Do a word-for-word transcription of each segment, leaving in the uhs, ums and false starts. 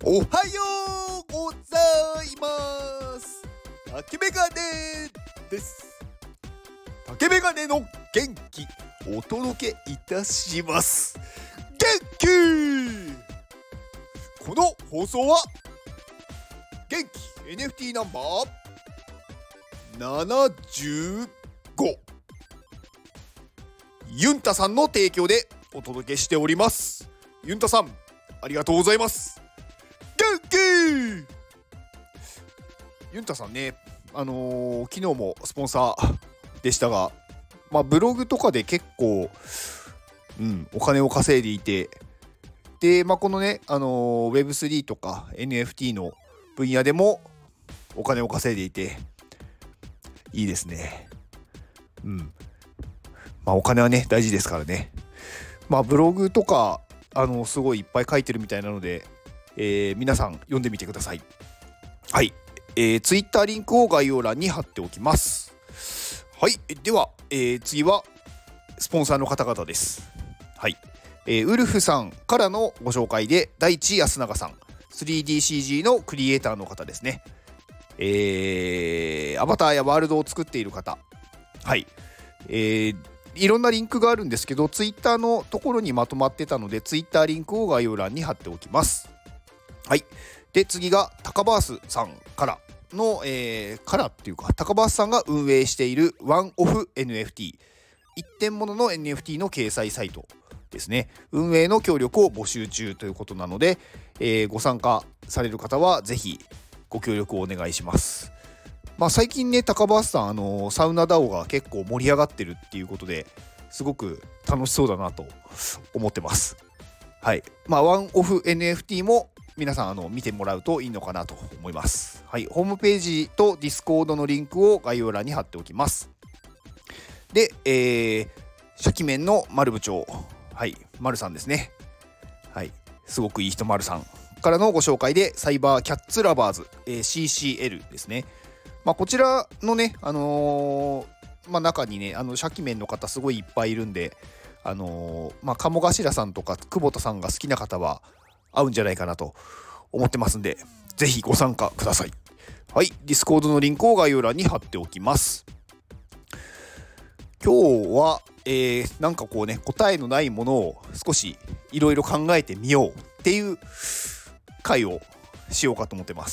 おはようございます。竹メガネです。竹メガネの元気お届けいたします。元気。この放送は元気 エヌエフティー ナンバーななじゅうごユンタさんの提供でお届けしております。ユンタさんありがとうございます。元気。ユンタさんね、あのー、昨日もスポンサーでしたが、まあ、ブログとかで結構、うん、お金を稼いでいて、で、まあ、このね、あのー、ウェブスリー とか エヌエフティー の分野でもお金を稼いでいて、いいですね。うん。まあ、お金はね、大事ですからね。まあ、ブログとか、あのー、すごいいっぱい書いてるみたいなので、えー、皆さん読んでみてください。はい、えー、ツイッターリンクを概要欄に貼っておきます。はい、では、えー、次はスポンサーの方々です。はい、えー、ウルフさんからのご紹介で大地安永さん スリーディーシージー のクリエイターの方ですね。えー、アバターやワールドを作っている方。はい、えーいろんなリンクがあるんですけど、ツイッターのところにまとまってたので、ツイッターリンクを概要欄に貼っておきます。はい。で、次がタカバースさんからの、えー、からっていうか、タカバースさんが運営しているワンオフ エヌエフティー、一点物の エヌエフティー の掲載サイトですね。運営の協力を募集中ということなので、えー、ご参加される方はぜひご協力をお願いします。まあ、最近ね、タカバースさん、あのー、サウナダオが結構盛り上がってるっていうことですごく楽しそうだなと思ってます。はい。まあ、ワンオフ エヌエフティー も皆さんあの見てもらうといいのかなと思います。はい。ホームページと Discord のリンクを概要欄に貼っておきます。で、えー、初期面の丸部長。はい。丸さんですね。はい。すごくいい人丸さんからのご紹介で、サイバーキャッツラバーズ、えー、シーシーエル ですね。まあ、こちらのね、あのーまあ、中にね、あの初期面の方すごいいっぱいいるんで、あのーまあ、鴨頭さんとか久保田さんが好きな方は合うんじゃないかなと思ってますんで、ぜひご参加ください。はい、Discord のリンクを概要欄に貼っておきます。今日は、えー、なんかこうね、答えのないものを少しいろいろ考えてみようっていう回をしようかと思ってます。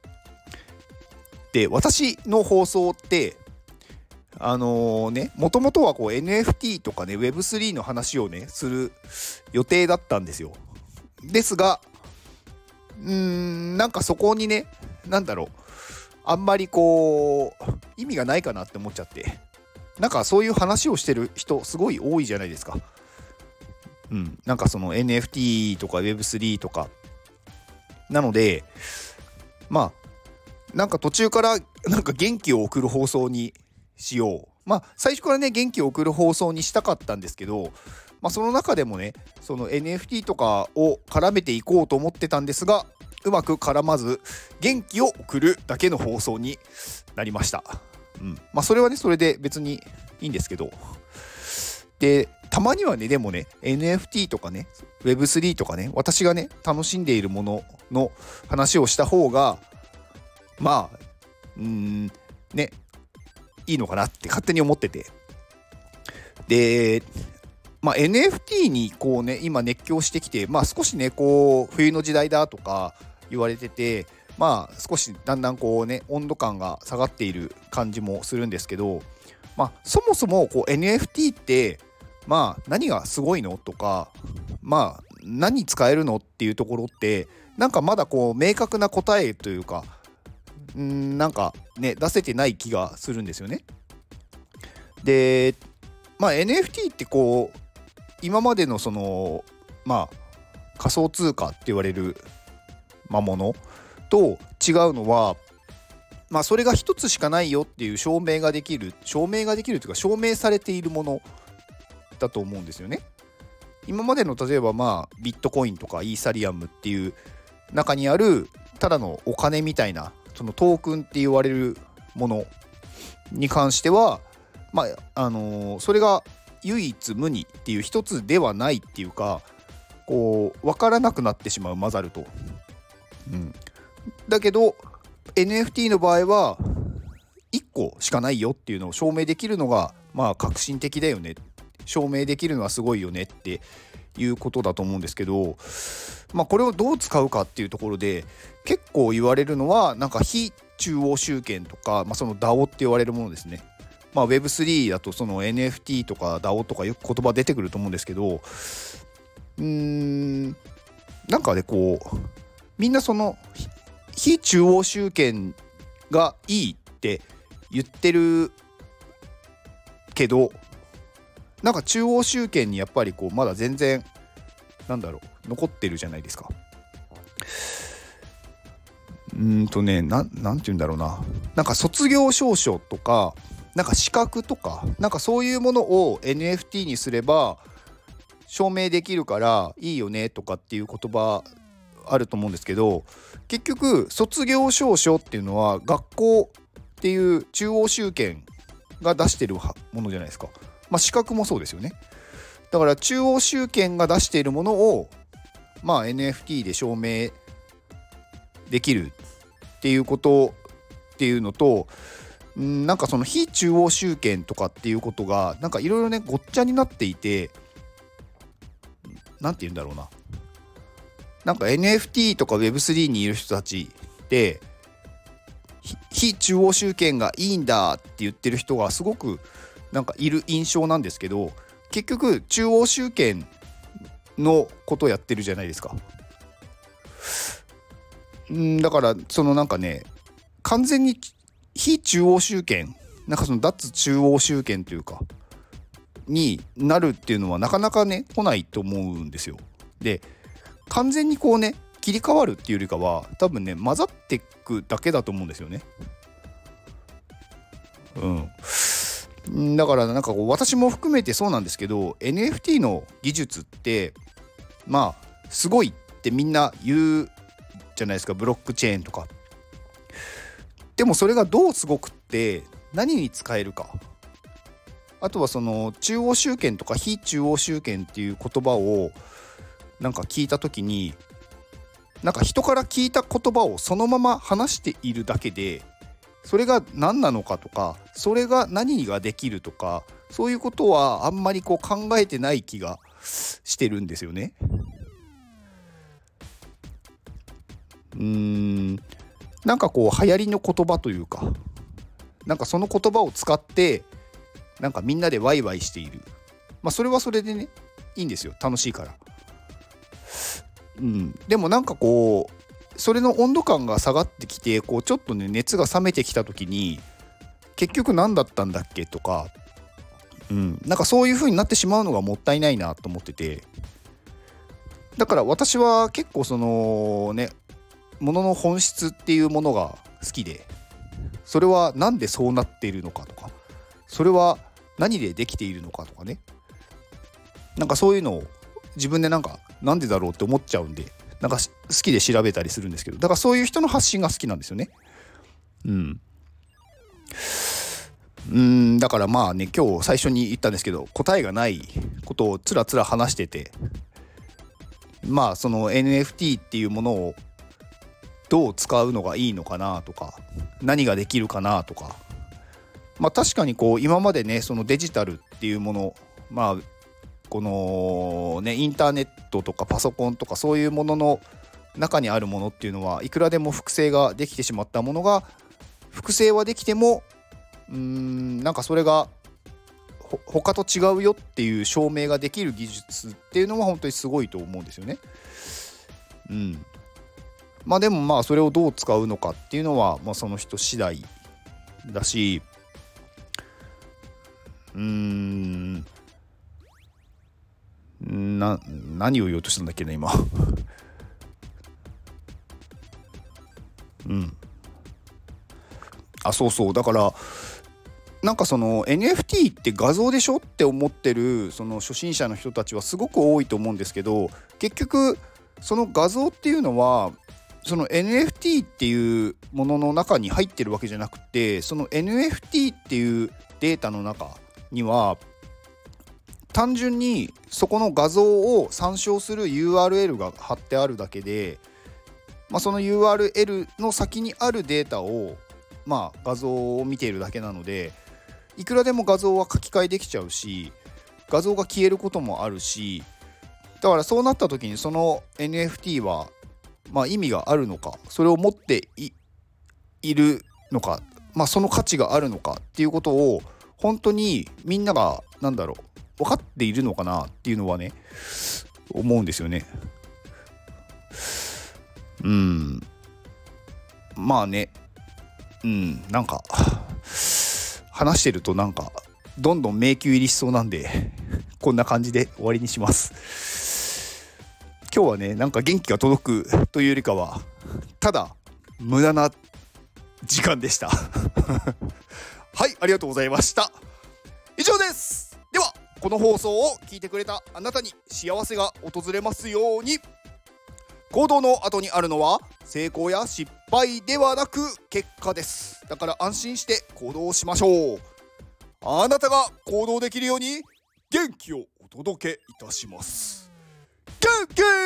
で、私の放送ってあのー、ね、もともとはこう エヌエフティー とかね ウェブスリー の話をねする予定だったんですよ。ですが、うーんなんかそこにね、なんだろう、あんまりこう意味がないかなって思っちゃって、なんかそういう話をしてる人すごい多いじゃないですか。うん、なんかその エヌエフティー とか ウェブスリー とかなので、まあなんか途中からなんか元気を送る放送にしよう。まあ最初からね元気を送る放送にしたかったんですけど、まあその中でもねその エヌエフティー とかを絡めていこうと思ってたんですが、うまく絡まず元気を送るだけの放送になりました。うん、まあそれはねそれで別にいいんですけど、でたまにはねでもね エヌエフティー とかね ウェブスリー とかね、私がね楽しんでいるものの話をした方がまあうーんねいいのかなって勝手に思ってて、でまあ エヌエフティー にこうね今熱狂してきて、まあ少しねこう冬の時代だとか言われてて、まあ少しだんだんこうね温度感が下がっている感じもするんですけど、まあそもそもこう エヌエフティー ってまあ何がすごいのとか、まあ何使えるのっていうところってなんかまだこう明確な答えというか、んなんかね出せてない気がするんですよね。でまあ エヌエフティー ってこう今までのそのまあ仮想通貨って言われるまものと違うのは、まあそれが一つしかないよっていう証明ができる証明ができるというか証明されているものだと思うんですよね。今までの例えばまあビットコインとかイーサリアムっていう中にあるただのお金みたいなそのトークンって言われるものに関しては、まああのー、それが唯一無二っていう一つではないっていうか、こう分からなくなってしまう、混ざると。 うん、だけど エヌエフティー の場合はいっこしかないよっていうのを証明できるのがまあ革新的だよね、証明できるのはすごいよねっていうことだと思うんですけど、まあこれをどう使うかっていうところで結構言われるのはなんか非中央集権とか、まあ、その ダオ って言われるものですね。まあ ウェブスリー だとその エヌエフティー とか ダオ とかよく言葉出てくると思うんですけど、うーんなんかねこうみんなその非中央集権がいいって言ってるけど、なんか中央集権にやっぱりこうまだ全然なんだろう残ってるじゃないですか。うーんとねななんて言うんだろうな、なんか卒業証書とかなんか資格とかなんかそういうものを エヌエフティー にすれば証明できるからいいよねとかっていう言葉あると思うんですけど、結局卒業証書っていうのは学校っていう中央集権が出してるものじゃないですか。まあ資格もそうですよね。だから中央集権が出しているものをまあ エヌエフティー で証明できるっていうことっていうのと、んなんかその非中央集権とかっていうことがなんかいろいろねごっちゃになっていて、なんて言うんだろうな、なんか エヌエフティー とか ウェブスリー にいる人たちで非中央集権がいいんだって言ってる人がすごくなんかいる印象なんですけど、結局中央集権のことをやってるじゃないですか。んだからそのなんかね完全に非中央集権、なんかその脱中央集権というかになるっていうのはなかなかね来ないと思うんですよ。で完全にこうね切り替わるっていうよりかは多分ね混ざっていくだけだと思うんですよね。うんだからなんかこう私も含めてそうなんですけど エヌエフティー の技術ってまあすごいってみんな言うじゃないですか、ブロックチェーンとか。でもそれがどうすごくって何に使えるか、あとはその中央集権とか非中央集権っていう言葉をなんか聞いた時に、なんか人から聞いた言葉をそのまま話しているだけでそれが何なのかとかそれが何ができるとかそういうことはあんまりこう考えてない気がしてるんですよね。うーんなんかこう流行りの言葉というか、なんかその言葉を使ってなんかみんなでワイワイしている。まあそれはそれでねいいんですよ、楽しいから。うん、でもなんかこうそれの温度感が下がってきてこうちょっとね熱が冷めてきた時に結局何だったんだっけとか、うん、なんかそういう風になってしまうのがもったいないなと思ってて、だから私は結構そのねものの本質っていうものが好きで、それはなんでそうなっているのかとかそれは何でできているのかとかね、なんかそういうのを自分でなんかなんでだろうって思っちゃうんでなんか好きで調べたりするんですけど、だからそういう人の発信が好きなんですよね。うんうんだからまあね今日最初に言ったんですけど答えがないことをつらつら話してて、まあその エヌエフティー っていうものをどう使うのがいいのかなとか何ができるかなとか、まあ確かにこう今までねそのデジタルっていうもの、まあこのねインターネットとかパソコンとかそういうものの中にあるものっていうのはいくらでも複製ができてしまったものが複製はできてもうーんなんかそれが他と違うよっていう証明ができる技術っていうのは本当にすごいと思うんですよね。うんまあでもまあそれをどう使うのかっていうのはまあその人次第だし、うーんな何を言おうとしたんだっけな今うんあそうそうだからなんかその エヌエフティー って画像でしょって思ってるその初心者の人たちはすごく多いと思うんですけど、結局その画像っていうのはその エヌエフティー っていうものの中に入ってるわけじゃなくて、その エヌエフティー っていうデータの中には単純にそこの画像を参照する ユーアールエル が貼ってあるだけで、 まあ、その ユーアールエル の先にあるデータを、まあ、画像を見ているだけなので、いくらでも画像は書き換えできちゃうし、画像が消えることもあるし、だからそうなった時にその エヌエフティー は、まあ、意味があるのか、それを持って い, いるのか、まあ、その価値があるのかっていうことを本当にみんながなんだろう分かっているのかなっていうのはね思うんですよね。うんまあねうんなんか話してるとなんかどんどん迷宮入りしそうなんでこんな感じで終わりにします。今日はねなんか元気が届くというよりかはただ無駄な時間でしたはいありがとうございました。以上です。ではこの放送を聞いてくれたあなたに幸せが訪れますように。行動の後にあるのは成功や失敗ではなく結果です。だから安心して行動しましょう。あなたが行動できるように元気をお届けいたします。元気